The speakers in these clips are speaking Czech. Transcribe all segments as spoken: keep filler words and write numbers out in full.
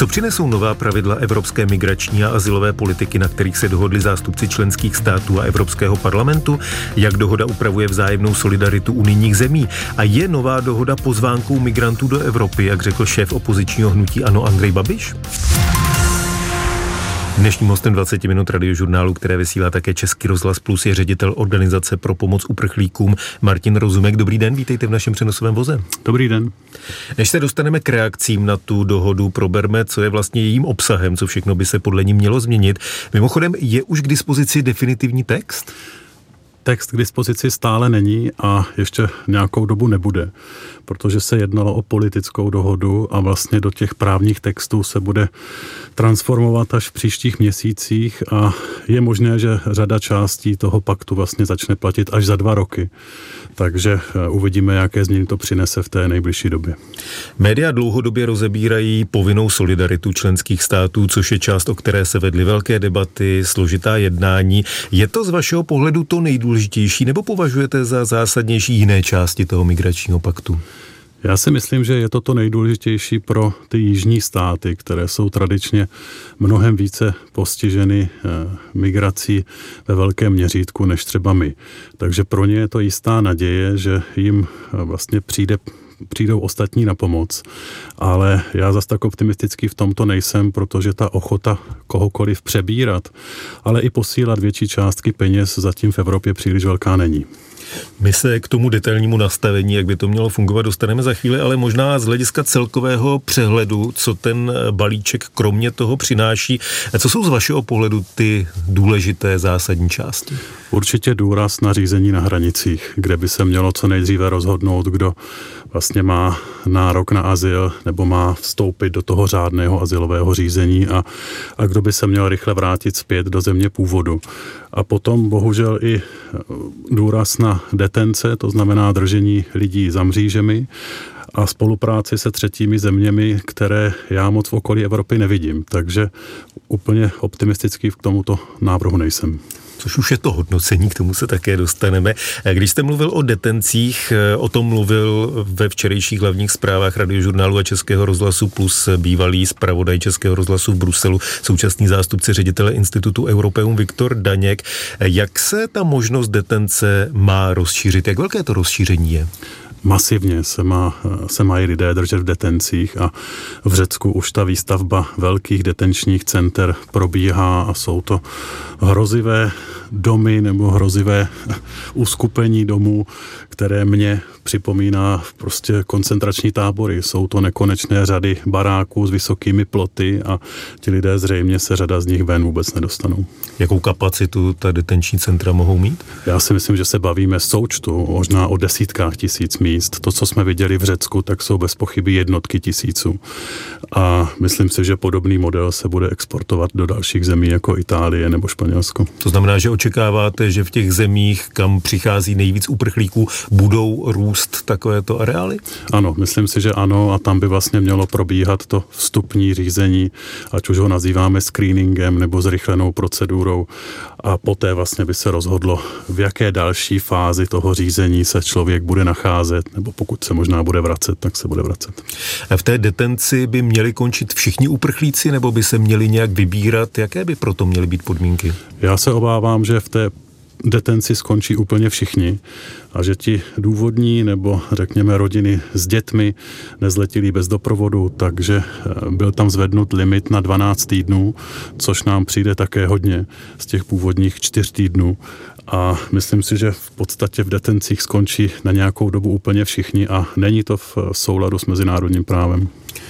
Co přinesou nová pravidla evropské migrační a azylové politiky, na kterých se dohodli zástupci členských států a Evropského parlamentu? Jak dohoda upravuje vzájemnou solidaritu unijních zemí? A je nová dohoda pozvánkou migrantů do Evropy, jak řekl šéf opozičního hnutí ANO Andrej Babiš? Dnešním hostem dvacet minut radiožurnálu, které vysílá také Český rozhlas Plus, je ředitel Organizace pro pomoc uprchlíkům Martin Rozumek. Dobrý den, vítejte v našem přenosovém voze. Dobrý den. Než se dostaneme k reakcím na tu dohodu, proberme, co je vlastně jejím obsahem, co všechno by se podle ní mělo změnit. Mimochodem, je už k dispozici definitivní text? Text k dispozici stále není a ještě nějakou dobu nebude, protože se jednalo o politickou dohodu a vlastně do těch právních textů se bude transformovat až v příštích měsících a je možné, že řada částí toho paktu vlastně začne platit až za dva roky. Takže uvidíme, jaké změny to přinese v té nejbližší době. Média dlouhodobě rozebírají povinnou solidaritu členských států, což je část, o které se vedly velké debaty, složitá jednání. Je to z vašeho pohledu to nejdůležitější, nebo považujete za zásadnější jiné části toho migračního paktu? Já si myslím, že je to to nejdůležitější pro ty jižní státy, které jsou tradičně mnohem více postiženy migrací ve velkém měřítku než třeba my. Takže pro ně je to jistá naděje, že jim vlastně přijde přijdou ostatní na pomoc, ale já zas tak optimistický v tomto nejsem, protože ta ochota kohokoliv přebírat, ale i posílat větší částky peněz zatím v Evropě příliš velká není. My se k tomu detailnímu nastavení, jak by to mělo fungovat, dostaneme za chvíli, ale možná z hlediska celkového přehledu, co ten balíček kromě toho přináší. Co jsou z vašeho pohledu ty důležité zásadní části? Určitě důraz na řízení na hranicích, kde by se mělo co nejdříve rozhodnout, kdo vlastně má nárok na azyl nebo má vstoupit do toho řádného azylového řízení a, a kdo by se měl rychle vrátit zpět do země původu. A potom bohužel i důraz na detence, to znamená držení lidí za mřížemi a spolupráci se třetími zeměmi, které já moc v okolí Evropy nevidím. Takže úplně optimistický k tomuto návrhu nejsem. Což už je to hodnocení, k tomu se také dostaneme. Když jste mluvil o detencích, o tom mluvil ve včerejších hlavních zprávách radiožurnálu a Českého rozhlasu Plus bývalý zpravodaj Českého rozhlasu v Bruselu, současný zástupce ředitele Institutu Europeum Viktor Daněk. Jak se ta možnost detence má rozšířit? Jak velké to rozšíření je? Masivně se, má, se mají lidé držet v detencích a v Řecku už ta výstavba velkých detenčních center probíhá a jsou to hrozivé domy nebo hrozivé uskupení domů, které mě připomíná prostě koncentrační tábory. Jsou to nekonečné řady baráků s vysokými ploty a ti lidé zřejmě se řada z nich ven vůbec nedostanou. Jakou kapacitu ta detenční centra mohou mít? Já si myslím, že se bavíme součtu, možná o desítkách tisíc míst. To, co jsme viděli v Řecku, tak jsou bez pochyby jednotky tisíců. A myslím si, že podobný model se bude exportovat do dalších zemí, jako Itálie nebo Španělsko. To znamená, že očekáváte, že v těch zemích, kam přichází nejvíc uprchlíků, budou růst takovéto areály? Ano, myslím si, že ano a tam by vlastně mělo probíhat to vstupní řízení, ať už ho nazýváme screeningem nebo zrychlenou procedurou a poté vlastně by se rozhodlo, v jaké další fázi toho řízení se člověk bude nacházet, nebo pokud se možná bude vracet, tak se bude vracet. A v té detenci by měli končit všichni uprchlíci, nebo by se měli nějak vybírat? Jaké by proto měly být podmínky? Já se obávám, že v té detenci skončí úplně všichni a že ti důvodní nebo řekněme rodiny s dětmi nezletilí bez doprovodu, takže byl tam zvednut limit na dvanáct týdnů, což nám přijde také hodně z těch původních čtyř týdnů a myslím si, že v podstatě v detencích skončí na nějakou dobu úplně všichni a není to v souladu s mezinárodním právem.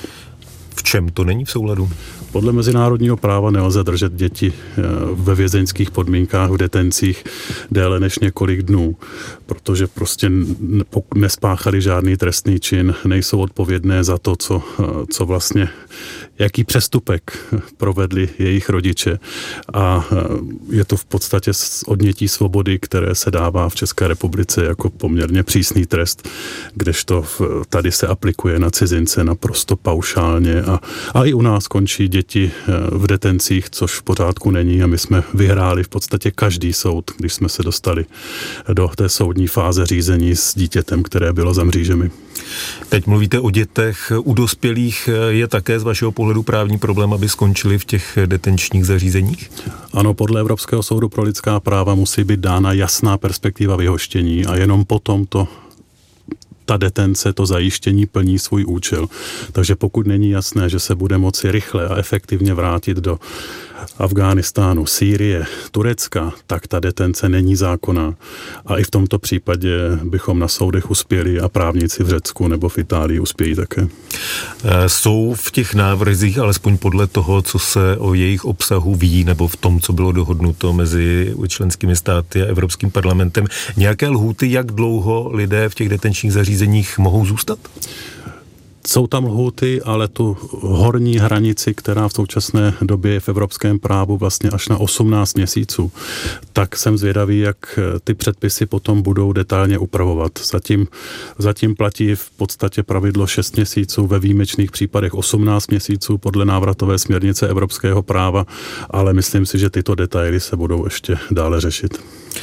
V čem to není v souladu? Podle mezinárodního práva nelze držet děti ve vězeňských podmínkách v detencích déle než několik dnů, protože prostě nespáchali žádný trestný čin, nejsou odpovědné za to, co, co vlastně, jaký přestupek provedli jejich rodiče a je to v podstatě odnětí svobody, které se dává v České republice jako poměrně přísný trest, kdežto tady se aplikuje na cizince naprosto paušálně a, a i u nás končí děti v detencích, což v pořádku není a my jsme vyhráli v podstatě každý soud, když jsme se dostali do té soudní fáze řízení s dítětem, které bylo za mřížemi. Teď mluvíte o dětech. U dospělých je také z vašeho pohledu právní problém, aby skončili v těch detenčních zařízeních? Ano, podle Evropského soudu pro lidská práva musí být dána jasná perspektiva vyhoštění a jenom potom to ta detence, to zajištění plní svůj účel. Takže pokud není jasné, že se bude moci rychle a efektivně vrátit do Afghánistánu, Sýrie, Turecka, tak ta detence není zákonná. A i v tomto případě bychom na soudech uspěli a právníci v Řecku nebo v Itálii uspějí také. Jsou v těch návrzích, alespoň podle toho, co se o jejich obsahu ví, nebo v tom, co bylo dohodnuto mezi členskými státy a Evropským parlamentem, nějaké lhůty, jak dlouho lidé v těch detenčních zařízeních mohou zůstat? Jsou tam lhůty, ale tu horní hranici, která v současné době je v evropském právu vlastně až na osmnáct měsíců, tak jsem zvědavý, jak ty předpisy potom budou detailně upravovat. Zatím, zatím platí v podstatě pravidlo šest měsíců, ve výjimečných případech osmnáct měsíců podle návratové směrnice evropského práva, ale myslím si, že tyto detaily se budou ještě dále řešit.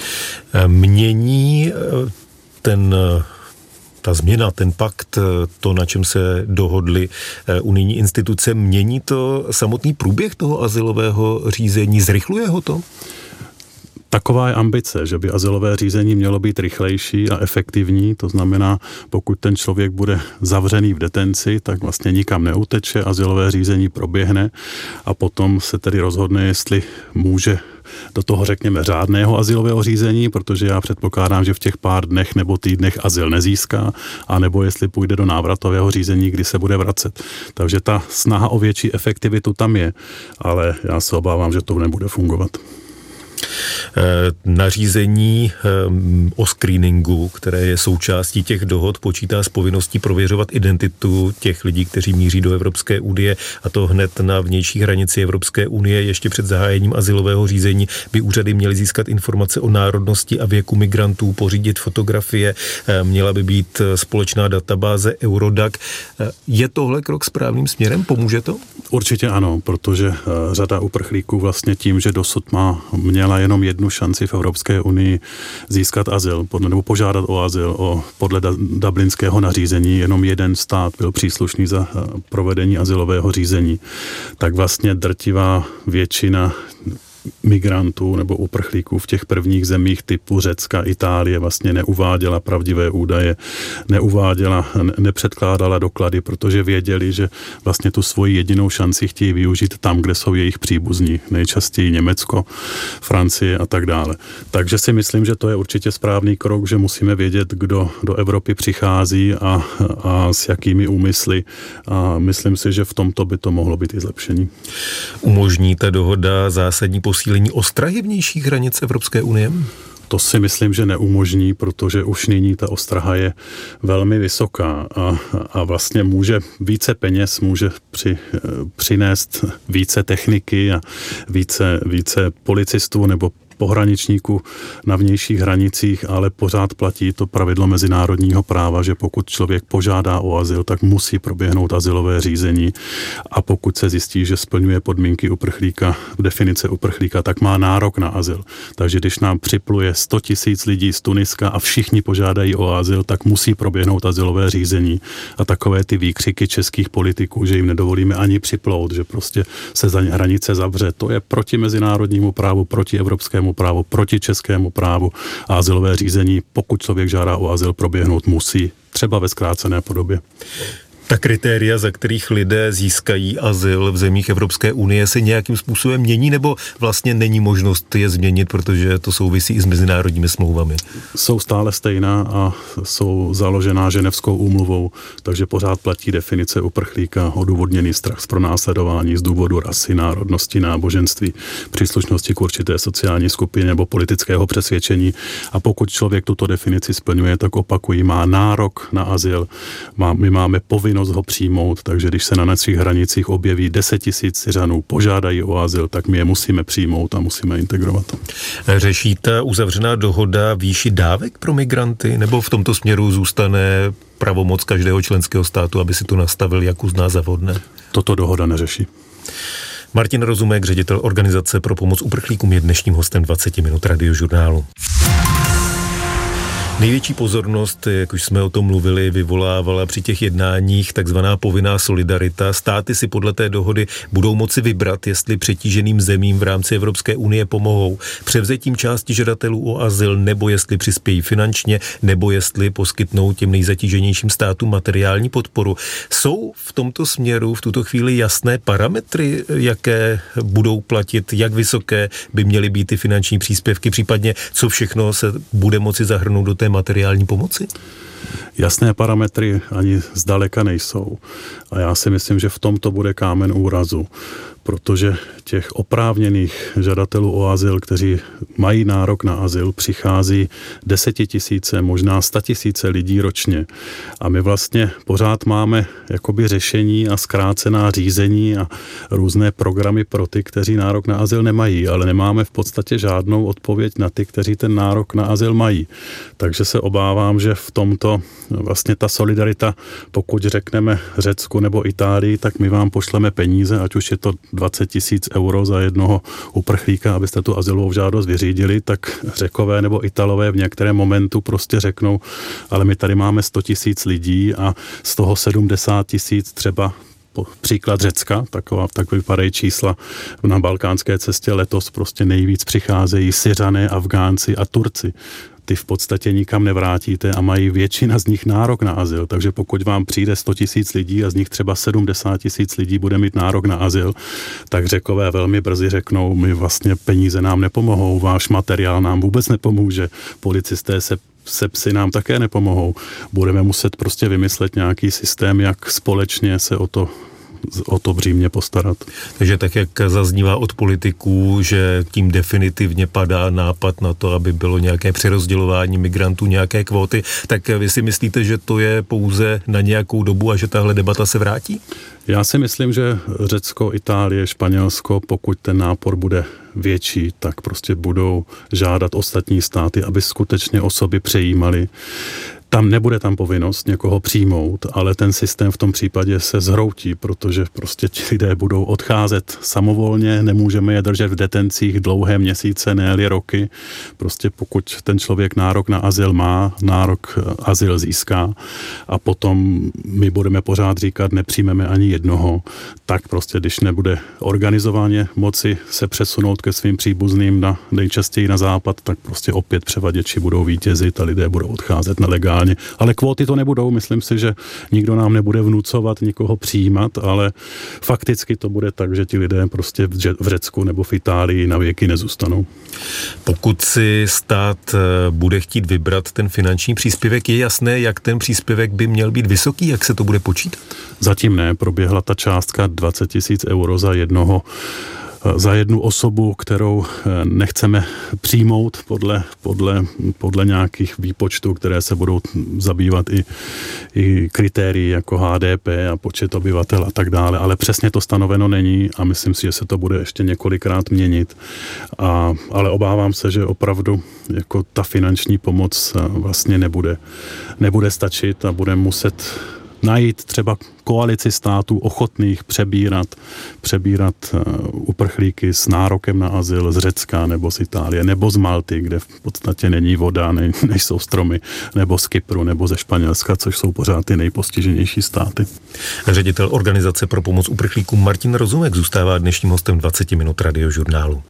Mění ten ta změna, ten pakt, to, na čem se dohodly unijní instituce, mění to samotný průběh toho azylového řízení? Zrychluje ho to? Taková je ambice, že by azylové řízení mělo být rychlejší a efektivní, to znamená, pokud ten člověk bude zavřený v detenci, tak vlastně nikam neuteče, azylové řízení proběhne a potom se tedy rozhodne, jestli může do toho, řekněme, řádného azylového řízení, protože já předpokládám, že v těch pár dnech nebo týdnech azyl nezíská, anebo jestli půjde do návratového řízení, kdy se bude vracet. Takže ta snaha o větší efektivitu tam je, ale já se obávám, že to nebude fungovat. Nařízení o screeningu, které je součástí těch dohod, počítá s povinností prověřovat identitu těch lidí, kteří míří do Evropské unie, a to hned na vnější hranici Evropské unie. Ještě před zahájením azylového řízení by úřady měly získat informace o národnosti a věku migrantů, pořídit fotografie, měla by být společná databáze Eurodac. Je tohle krok správným směrem? Pomůže to? Určitě ano, protože řada uprchlíků vlastně tím, že dosud má měla jenom jednu šanci v Evropské unii získat azyl, nebo požádat o azyl, o, podle da, dublinského nařízení, jenom jeden stát byl příslušný za provedení azylového řízení, tak vlastně drtivá většina migrantů nebo uprchlíků v těch prvních zemích typu Řecka, Itálie vlastně neuváděla pravdivé údaje, neuváděla, nepředkládala doklady, protože věděli, že vlastně tu svoji jedinou šanci chtějí využít tam, kde jsou jejich příbuzní, nejčastěji Německo, Francie a tak dále. Takže si myslím, že to je určitě správný krok, že musíme vědět, kdo do Evropy přichází a, a s jakými úmysly, a myslím si, že v tomto by to mohlo být i zlepšení. Umožní ta dohoda zásadní posílení ostrahy vnějších hranic Evropské unie? To si myslím, že neumožní, protože už nyní ta ostraha je velmi vysoká a, a vlastně může více peněz, může při, přinést více techniky a více, více policistů nebo pohraničníků na vnějších hranicích, ale pořád platí to pravidlo mezinárodního práva, že pokud člověk požádá o azyl, tak musí proběhnout azylové řízení a pokud se zjistí, že splňuje podmínky uprchlíka, definice uprchlíka, tak má nárok na azyl. Takže když nám připluje sto tisíc lidí z Tuniska a všichni požádají o azyl, tak musí proběhnout azylové řízení. A takové ty výkřiky českých politiků, že jim nedovolíme ani připlout, že prostě se za hranice zavře, to je proti mezinárodnímu právu, proti evropskému právu, proti českému právu a azylové řízení, pokud člověk žádá o azyl, proběhnout musí, třeba ve zkrácené podobě. Ta kritéria, za kterých lidé získají azyl v zemích Evropské unie, se nějakým způsobem mění, nebo vlastně není možnost je změnit, protože to souvisí i s mezinárodními smlouvami? Jsou stále stejná a jsou založená Ženevskou úmluvou, takže pořád platí definice uprchlíka, odůvodněný strach z pronásledování z důvodu rasy, národnosti, náboženství, příslušnosti k určité sociální skupině nebo politického přesvědčení. A pokud člověk tuto definici splňuje, tak opakují, má nárok na azyl, má, my máme povinnost ho přijmout, takže když se na našich hranicích objeví deset tisíc Syřanů, požádají o azyl, tak my je musíme přijmout a musíme integrovat. Řeší ta uzavřená dohoda výši dávek pro migranty, nebo v tomto směru zůstane pravomoc každého členského státu, aby si to nastavil, jak uzná za vhodné? Toto dohoda neřeší. Martin Rozumek, ředitel Organizace pro pomoc uprchlíkům, je dnešním hostem dvacet minut Radiožurnálu. Největší pozornost, jak už jsme o tom mluvili, vyvolávala při těch jednáních takzvaná povinná solidarita. Státy si podle té dohody budou moci vybrat, jestli přetíženým zemím v rámci Evropské unie pomohou převzetím části žadatelů o azyl, nebo jestli přispějí finančně, nebo jestli poskytnou těm nejzatíženějším státům materiální podporu. Jsou v tomto směru v tuto chvíli jasné parametry, jaké budou platit, jak vysoké by měly být ty finanční příspěvky, případně co všechno se bude moci zahrnout do té materiální pomoci? Jasné parametry ani zdaleka nejsou. A já si myslím, že v tomto bude kámen úrazu, protože těch oprávněných žadatelů o azyl, kteří mají nárok na azyl, přichází desetitisíce, možná statisíce lidí ročně. A my vlastně pořád máme jakoby řešení a zkrácená řízení a různé programy pro ty, kteří nárok na azyl nemají, ale nemáme v podstatě žádnou odpověď na ty, kteří ten nárok na azyl mají. Takže se obávám, že v tomto vlastně ta solidarita, pokud řekneme Řecku nebo Itálii, tak my vám pošleme peníze, ať už je to dvacet tisíc euro za jednoho uprchlíka, abyste tu azylovou žádost vyřídili, tak Řekové nebo Italové v některém momentu prostě řeknou, ale my tady máme sto tisíc lidí a z toho sedmdesát tisíc třeba příklad Řecka, taková, tak vypadají čísla na balkánské cestě letos prostě nejvíc přicházejí Syřané, Afgánci a Turci. Ty v podstatě nikam nevrátíte a mají většina z nich nárok na azyl. Takže pokud vám přijde sto tisíc lidí a z nich třeba sedmdesát tisíc lidí bude mít nárok na azyl, tak Řekové velmi brzy řeknou, my vlastně peníze nám nepomohou, váš materiál nám vůbec nepomůže, policisté se se psy nám také nepomohou. Budeme muset prostě vymyslet nějaký systém, jak společně se o to o to břímě postarat. Takže tak, jak zaznívá od politiků, že tím definitivně padá nápad na to, aby bylo nějaké přerozdělování migrantů, nějaké kvóty, tak vy si myslíte, že to je pouze na nějakou dobu a že tahle debata se vrátí? Já si myslím, že Řecko, Itálie, Španělsko, pokud ten nápor bude větší, tak prostě budou žádat ostatní státy, aby skutečně osoby přejímaly. Tam nebude tam povinnost někoho přijmout, ale ten systém v tom případě se zhroutí, protože prostě ti lidé budou odcházet samovolně, nemůžeme je držet v detencích dlouhé měsíce, ne-li roky. Prostě pokud ten člověk nárok na azyl má, nárok azyl získá a potom my budeme pořád říkat, nepřijmeme ani jednoho, tak prostě když nebude organizovaně moci se přesunout ke svým příbuzným na, nejčastěji na západ, tak prostě opět převaděči budou vítězit a lidé budou odcházet nelegálně. Ale kvóty to nebudou, myslím si, že nikdo nám nebude vnucovat nikoho přijímat, ale fakticky to bude tak, že ti lidé prostě v Řecku nebo v Itálii na věky nezůstanou. Pokud si stát bude chtít vybrat ten finanční příspěvek, je jasné, jak ten příspěvek by měl být vysoký, jak se to bude počítat? Zatím ne, proběhla ta částka dvacet tisíc euro za jednoho za jednu osobu, kterou nechceme přijmout podle, podle, podle nějakých výpočtů, které se budou zabývat i, i kritérií jako H D P a počet obyvatel a tak dále, ale přesně to stanoveno není a myslím si, že se to bude ještě několikrát měnit. A, ale obávám se, že opravdu jako ta finanční pomoc vlastně nebude, nebude stačit a budeme muset najít třeba koalici států ochotných přebírat, přebírat uh, uprchlíky s nárokem na azyl z Řecka nebo z Itálie, nebo z Malty, kde v podstatě není voda, ne, nejsou stromy, nebo z Kypru, nebo ze Španělska, což jsou pořád ty nejpostiženější státy. Ředitel Organizace pro pomoc uprchlíkům Martin Rozumek zůstává dnešním hostem dvacet minut Radiožurnálu.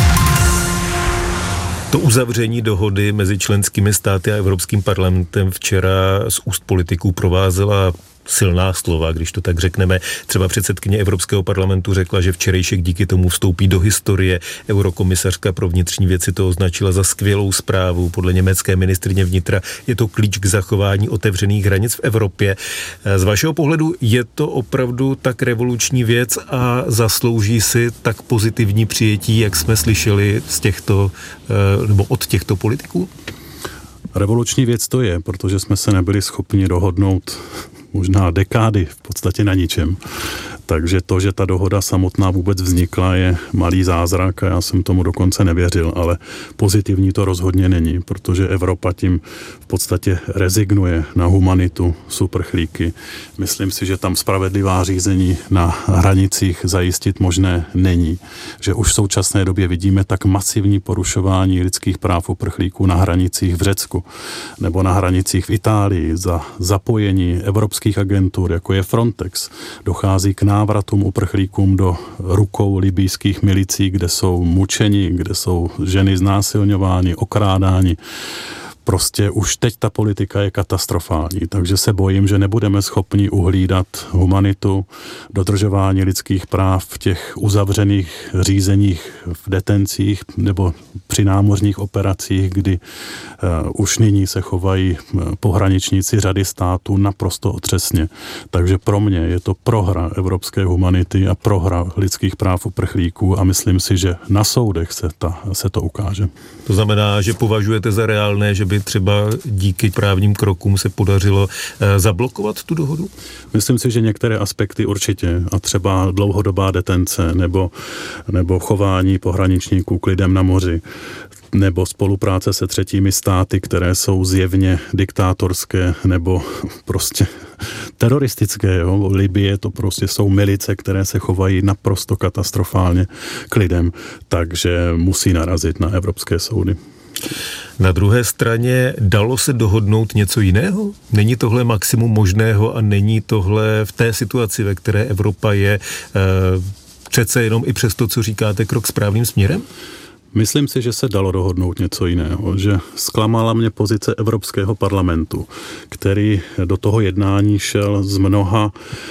To uzavření dohody mezi členskými státy a Evropským parlamentem včera z úst politiků provázela silná slova, když to tak řekneme. Třeba předsedkyně Evropského parlamentu řekla, že včerejšek díky tomu vstoupí do historie. Eurokomisařka pro vnitřní věci to označila za skvělou zprávu. Podle německé ministryně vnitra je to klíč k zachování otevřených hranic v Evropě. Z vašeho pohledu je to opravdu tak revoluční věc a zaslouží si tak pozitivní přijetí, jak jsme slyšeli z těchto, nebo od těchto politiků? Revoluční věc to je, protože jsme se nebyli schopni dohodnout možná dekády v podstatě na ničem. Takže to, že ta dohoda samotná vůbec vznikla, je malý zázrak a já jsem tomu dokonce nevěřil, ale pozitivní to rozhodně není, protože Evropa tím v podstatě rezignuje na humanitu, uprchlíky. Myslím si, že tam spravedlivá řízení na hranicích zajistit možné není. Že už v současné době vidíme tak masivní porušování lidských práv uprchlíků na hranicích v Řecku nebo na hranicích v Itálii za zapojení evropských agentur, jako je Frontex. Dochází k návratům uprchlíkům do rukou libýských milicí, kde jsou mučeni, kde jsou ženy znásilňovány, okrádáni. Prostě už teď ta politika je katastrofální, takže se bojím, že nebudeme schopni uhlídat humanitu, dodržování lidských práv v těch uzavřených řízeních v detencích nebo při námořních operacích, kdy uh, už nyní se chovají pohraničníci řady států naprosto otřesně. Takže pro mě je to prohra evropské humanity a prohra lidských práv uprchlíků a myslím si, že na soudech se, ta, se to ukáže. To znamená, že považujete za reálné, že by třeba díky právním krokům se podařilo zablokovat tu dohodu? Myslím si, že některé aspekty určitě a třeba dlouhodobá detence nebo, nebo chování pohraničníků k lidem na moři nebo spolupráce se třetími státy, které jsou zjevně diktátorské nebo prostě teroristické. Jo? Libye to prostě jsou milice, které se chovají naprosto katastrofálně k lidem, takže musí narazit na evropské soudy. Na druhé straně dalo se dohodnout něco jiného? Není tohle maximum možného a není tohle v té situaci, ve které Evropa je, přece jenom i přes to, co říkáte, krok správným směrem? Myslím si, že se dalo dohodnout něco jiného, že zklamala mě pozice Evropského parlamentu, který do toho jednání šel z mnoha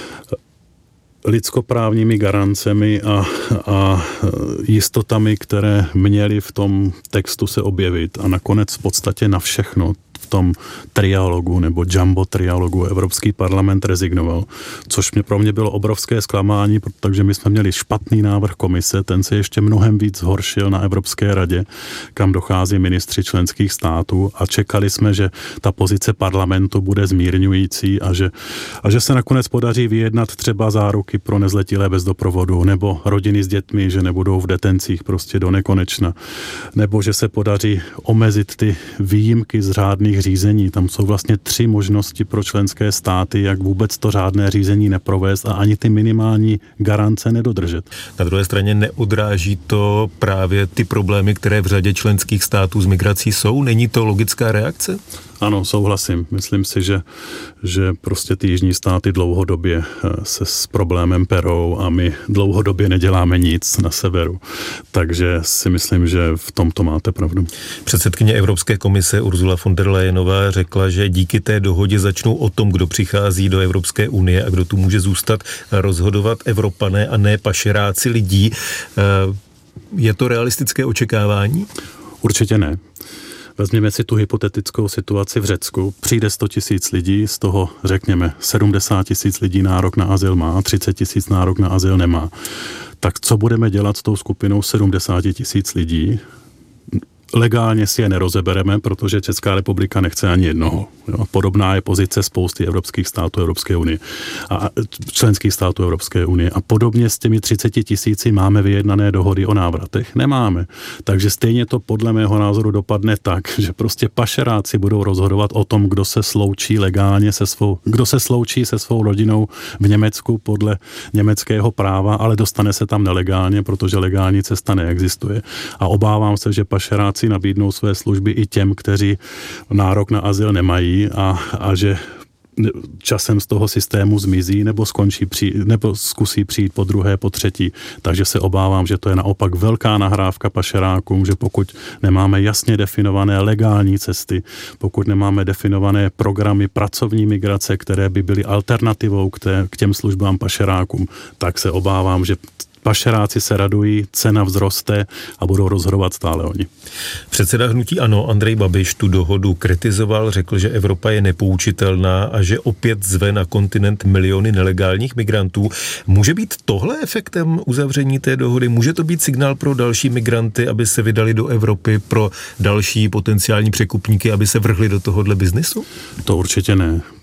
lidskoprávními garancemi a, a jistotami, které měly v tom textu se objevit a nakonec v podstatě na všechno v tom trialogu nebo jumbo trialogu Evropský parlament rezignoval, což mě pro mě bylo obrovské zklamání, protože my jsme měli špatný návrh komise, ten se ještě mnohem víc zhoršil na Evropské radě, kam dochází ministři členských států a čekali jsme, že ta pozice parlamentu bude zmírňující a že, a že se nakonec podaří vyjednat třeba záruky pro nezletilé bez doprovodu nebo rodiny s dětmi, že nebudou v detencích prostě do nekonečna, nebo že se podaří omezit ty výjimky z řádných řízení. Tam jsou vlastně tři možnosti pro členské státy, jak vůbec to řádné řízení neprovést a ani ty minimální garance nedodržet. Na druhé straně neodráží to právě ty problémy, které v řadě členských států s migrací jsou? Není to logická reakce? Ano, souhlasím. Myslím si, že, že prostě ty jižní státy dlouhodobě se s problémem perou a my dlouhodobě neděláme nic na severu. Takže si myslím, že v tomto máte pravdu. Předsedkyně Evropské komise Ursula von der Leyenová řekla, že díky té dohodě začnou o tom, kdo přichází do Evropské unie a kdo tu může zůstat, rozhodovat Evropané a ne pašeráci lidí. Je to realistické očekávání? Určitě ne. Vezměme si tu hypotetickou situaci v Řecku. Přijde sto tisíc lidí, z toho řekněme sedmdesát tisíc lidí nárok na azyl má, třicet tisíc nárok na azyl nemá. Tak co budeme dělat s tou skupinou sedmdesát tisíc lidí? Legálně si je nerozebereme, protože Česká republika nechce ani jednoho. Jo. Podobná je pozice spousty evropských států Evropské unie a členských států Evropské unie. A podobně s těmi třiceti tisíci máme vyjednané dohody o návratech? Nemáme. Takže stejně to podle mého názoru dopadne tak, že prostě pašeráci budou rozhodovat o tom, kdo se sloučí legálně se svou, kdo se sloučí se svou rodinou v Německu podle německého práva, ale dostane se tam nelegálně, protože legální cesta neexistuje. A obávám se, že pašeráci nabídnou své služby i těm, kteří nárok na azyl nemají a, a že časem z toho systému zmizí nebo skončí při, nebo zkusí přijít po druhé, po třetí. Takže se obávám, že to je naopak velká nahrávka pašerákům, že pokud nemáme jasně definované legální cesty, pokud nemáme definované programy pracovní migrace, které by byly alternativou k, té, k těm službám pašerákům, tak se obávám, že pašeráci se radují, cena vzroste a budou rozhodovat stále oni. Předseda hnutí ANO Andrej Babiš tu dohodu kritizoval, řekl, že Evropa je nepoučitelná a že opět zve na kontinent miliony nelegálních migrantů. Může být tohle efektem uzavření té dohody? Může to být signál pro další migranty, aby se vydali do Evropy, pro další potenciální překupníky, aby se vrhli do tohohle biznesu? To určitě ne.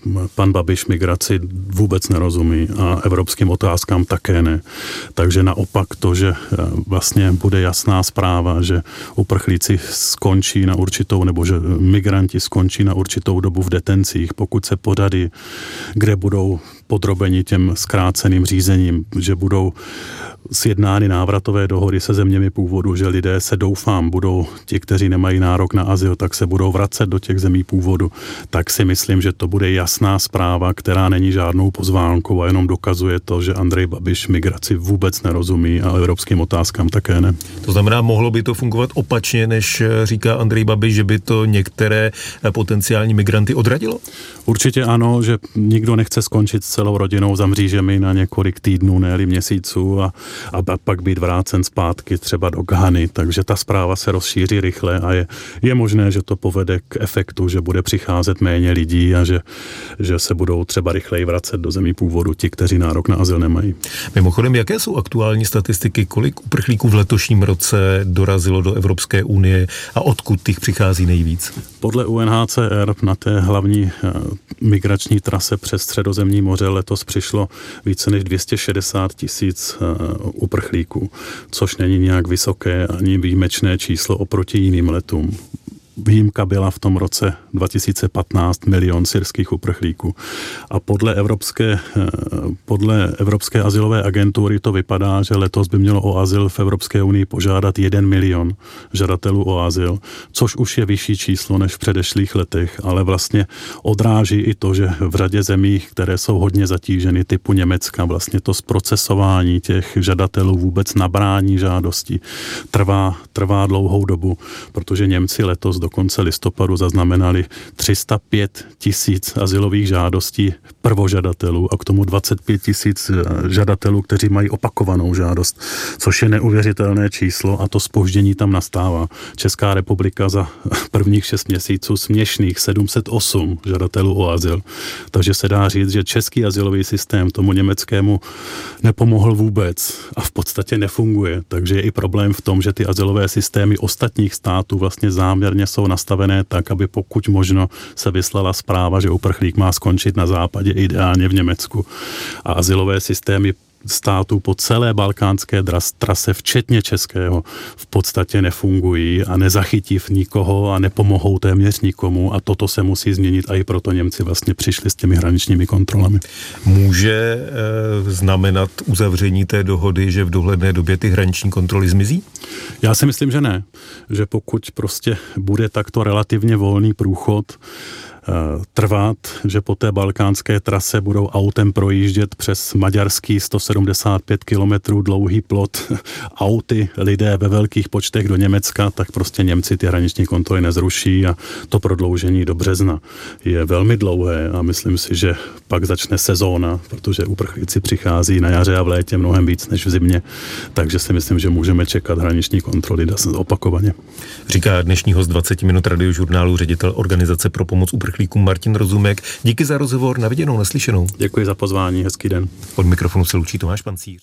pan Babiš migraci vůbec nerozumí a evropským otázkám také ne. Takže naopak to, že vlastně bude jasná zpráva, že uprchlíci skončí na určitou, nebo že migranti skončí na určitou dobu v detencích, pokud se podaří, kde budou podrobeni těm zkráceným řízením, že budou sjednány návratové dohody se zeměmi původu, že lidé se doufám budou, ti, kteří nemají nárok na azyl, tak se budou vracet do těch zemí původu, tak si myslím, že to bude jasná zpráva, která není žádnou pozvánkou a jenom dokazuje to, že Andrej Babiš migraci vůbec nerozumí a evropským otázkám také ne. To znamená, mohlo by to fungovat opačně, než říká Andrej Babiš, že by to některé potenciální migranty odradilo? Určitě ano, že nikdo nechce skončit s celou rodinou za mřížemi na několik týdnů, ne-li měsíců a, a pak být vrácen zpátky třeba do Ghany, takže ta zpráva se rozšíří rychle a je, je možné, že to povede k efektu, že bude přicházet méně lidí a že, že se budou třeba rychleji vracet do zemí původu ti, kteří nárok na azyl nemají. Mimochodem, jaké jsou aktuální statistiky, kolik uprchlíků v letošním roce dorazilo do Evropské unie a odkud těch přichází nejvíc? Podle U N H C R na té hlavní migrační trase přes Středozemní moře letos přišlo více než dvě stě šedesát tisíc uprchlíků, což není nějak vysoké ani výjimečné číslo oproti jiným letům. Výjimka byla v tom roce dva tisíce patnáct milion syrských uprchlíků. A podle Evropské, podle Evropské azylové agentury to vypadá, že letos by mělo o azyl v Evropské unii požádat jeden milion žadatelů o azyl, což už je vyšší číslo než v předešlých letech, ale vlastně odráží i to, že v řadě zemí, které jsou hodně zatíženy, typu Německa, vlastně to zprocesování těch žadatelů vůbec nabrání žádosti trvá, trvá dlouhou dobu, protože Němci letos do konce listopadu zaznamenali tři sta pět tisíc azylových žádostí prvožadatelů a k tomu dvacet pět tisíc žadatelů, kteří mají opakovanou žádost, což je neuvěřitelné číslo a to zpoždění tam nastává. Česká republika za prvních šest měsíců směšných sedm set osm žadatelů o azyl. Takže se dá říct, že český azylový systém tomu německému nepomohl vůbec a v podstatě nefunguje. Takže je i problém v tom, že ty azylové systémy ostatních států vlastně záměrně jsou nastavené tak, aby pokud možno se vyslala zpráva, že uprchlík má skončit na západě, ideálně v Německu. A azylové systémy států po celé balkánské trase, včetně českého, v podstatě nefungují a nezachytí v nikoho a nepomohou téměř nikomu a toto se musí změnit a i proto Němci vlastně přišli s těmi hraničními kontrolami. Může e, znamenat uzavření té dohody, že v dohledné době ty hraniční kontroly zmizí? Já si myslím, že ne. Že pokud prostě bude takto relativně volný průchod trvat, že po té balkánské trase budou autem projíždět přes maďarský sto sedmdesát pět kilometrů dlouhý plot auty, lidé ve velkých počtech do Německa, tak prostě Němci ty hraniční kontroly nezruší a to prodloužení do března je velmi dlouhé a myslím si, že pak začne sezóna, protože uprchlíci přichází na jaře a v létě mnohem víc než v zimě, takže si myslím, že můžeme čekat hraniční kontroly opakovaně. Říká dnešní host dvacet minut Radiožurnálu, ředitel Organizace pro pomoc uprchlíkům Martin Rozumek. Díky za rozhovor, na viděnou, naslyšenou. Děkuji za pozvání, hezký den. Od mikrofonu se loučí Tomáš Pancíř.